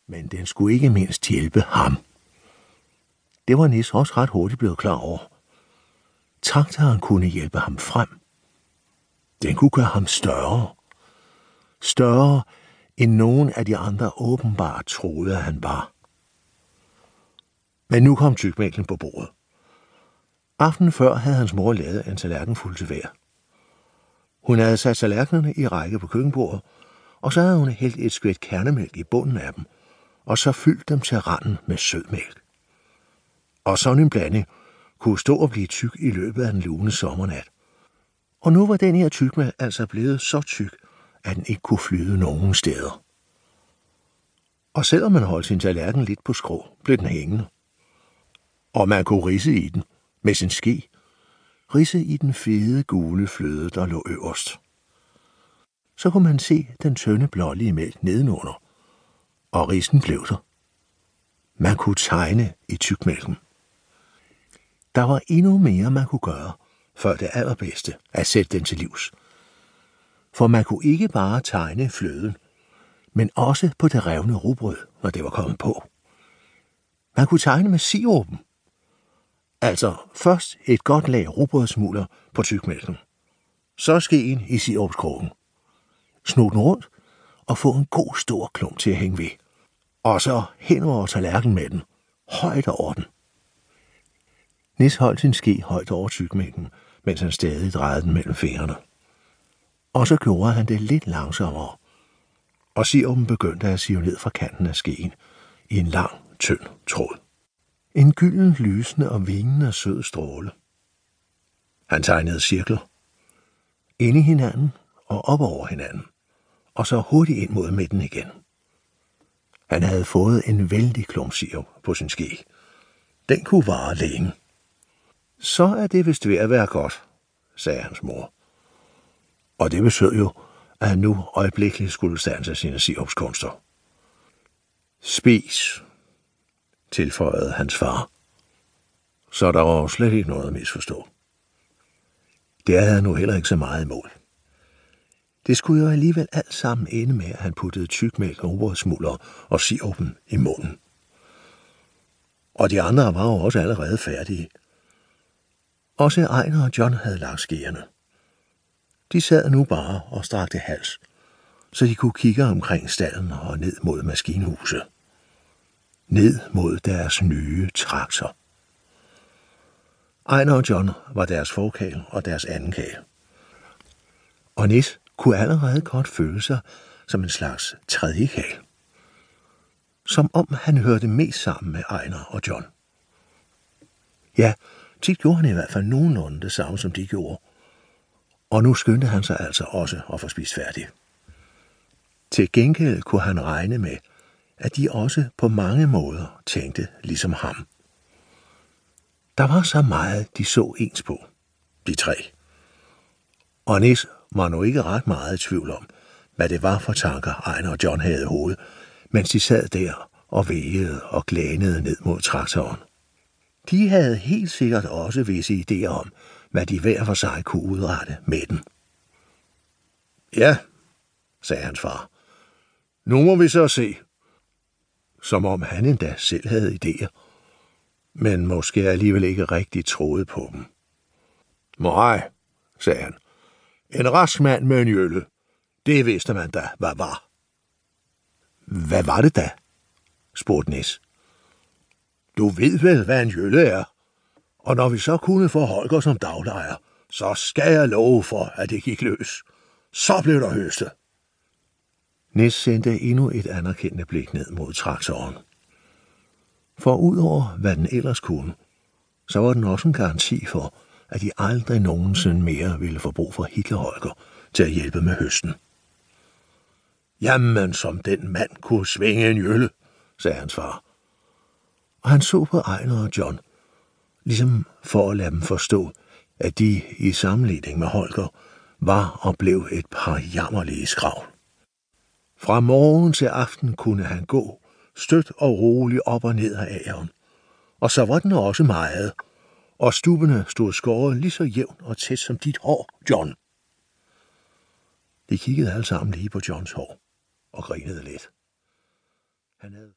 men den skulle ikke mindst hjælpe ham. Det var Nis også ret hurtigt blevet klar over. Traktoren kunne hjælpe ham frem. Den kunne gøre ham større. Større end nogen af de andre åbenbart troede, at han var. Men nu kom tykmælken på bordet. Aftenen før havde hans mor lavet en tallerken fuld til hver. Hun havde sat tallerkenerne i række på køkkenbordet, og så havde hun hældt et skvæt kernemælk i bunden af dem, og så fyldt dem til randen med sødmælk. Og sådan en blanding kunne stå og blive tyk i løbet af den lune sommernat. Og nu var den her tykmælk altså blevet så tyk, at den ikke kunne flyde nogen steder. Og selvom man holdt sin tallerken lidt på skrå, blev den hængende. Og man kunne ridse i den med sin ske. Ridse i den fede, gule fløde, der lå øverst. Så kunne man se den tynde, blålige mælk nedenunder. Og ridsen blev der. Man kunne tegne i tykmælken. Der var endnu mere, man kunne gøre, før det allerbedste at sætte den til livs. For man kunne ikke bare tegne fløden, men også på det revne rugbrød, når det var kommet på. Man kunne tegne med sirupen. Altså først et godt lag rugbrødsmulder på tykmælken. Så skeen i sirupskrogen. Sno den rundt og få en god stor klump til at hænge ved. Og så hen over tallerkenen med den, højt over den. Nis holdt sin ske højt over tykmælken, mens han stadig drejede den mellem fingrene. Og så gjorde han det lidt langsommere, og sirupen begyndte at sive ned fra kanten af skeen i en lang, tynd tråd. En gylden, lysende og vingende sød stråle. Han tegnede cirkler. Ind i hinanden og op over hinanden, og så hurtigt ind mod midten igen. Han havde fået en vældig klump sirup på sin ske. Den kunne vare længe. Så er det vist ved at være godt, sagde hans mor. Og det betød jo, at han nu øjeblikkeligt skulle standse sine sirupskunster. Spis, tilføjede hans far. Så der var slet ikke noget at misforstå. Det havde han nu heller ikke så meget imod. Det skulle jo alligevel alt sammen ende med, at han puttede tykmælk, rugbrødsmulder og sirupen i munden. Og de andre var jo også allerede færdige. Også Ejner og John havde lagt skeerne. De sad nu bare og strakte hals, så de kunne kigge omkring stallen og ned mod maskinhuset. Ned mod deres nye traktor. Ejner og John var deres forkæl og deres anden kæl. Og Nis kunne allerede godt føle sig som en slags tredje kæl. Som om han hørte mest sammen med Ejner og John. Ja, tit gjorde han i hvert fald nogenlunde det samme, som de gjorde. Og nu skyndte han sig altså også at få spist færdig. Til gengæld kunne han regne med, at de også på mange måder tænkte ligesom ham. Der var så meget, de så ens på, de tre. Og Nis var nu ikke ret meget i tvivl om, hvad det var for tanker Ejner og John havde i hovedet, mens de sad der og vægede og glænede ned mod traktoren. De havde helt sikkert også visse idéer om, hvad de hver for sig kunne udrette med den. Ja, sagde hans far. Nu må vi så se. Som om han endda selv havde idéer, men måske alligevel ikke rigtig troede på dem. Nej, sagde han. En rask mand med en jølle. Det vidste man da, hvad var. Hvad var det da? Spurgte Nis. Du ved vel, hvad en jølle er? Og når vi så kunne få Holger som daglejer, så skal jeg love for, at det gik løs. Så blev der høstet. Nis sendte endnu et anerkendende blik ned mod traktoren. For udover hvad den ellers kunne, så var den også en garanti for, at de aldrig nogensinde mere ville få brug for Hitler-Holger til at hjælpe med høsten. Jamen, som den mand kunne svinge en jølle, sagde hans far. Og han så på Ejner og John, ligesom for at lade dem forstå, at de i sammenligning med Holger var og blev et par jammerlige skravl. Fra morgen til aften kunne han gå stødt og roligt op og ned af ageren, og så var den også meget, og stubbene stod skåret lige så jævnt og tæt som dit hår, John. De kiggede alle sammen lige på Johns hår og grinede lidt. Han havde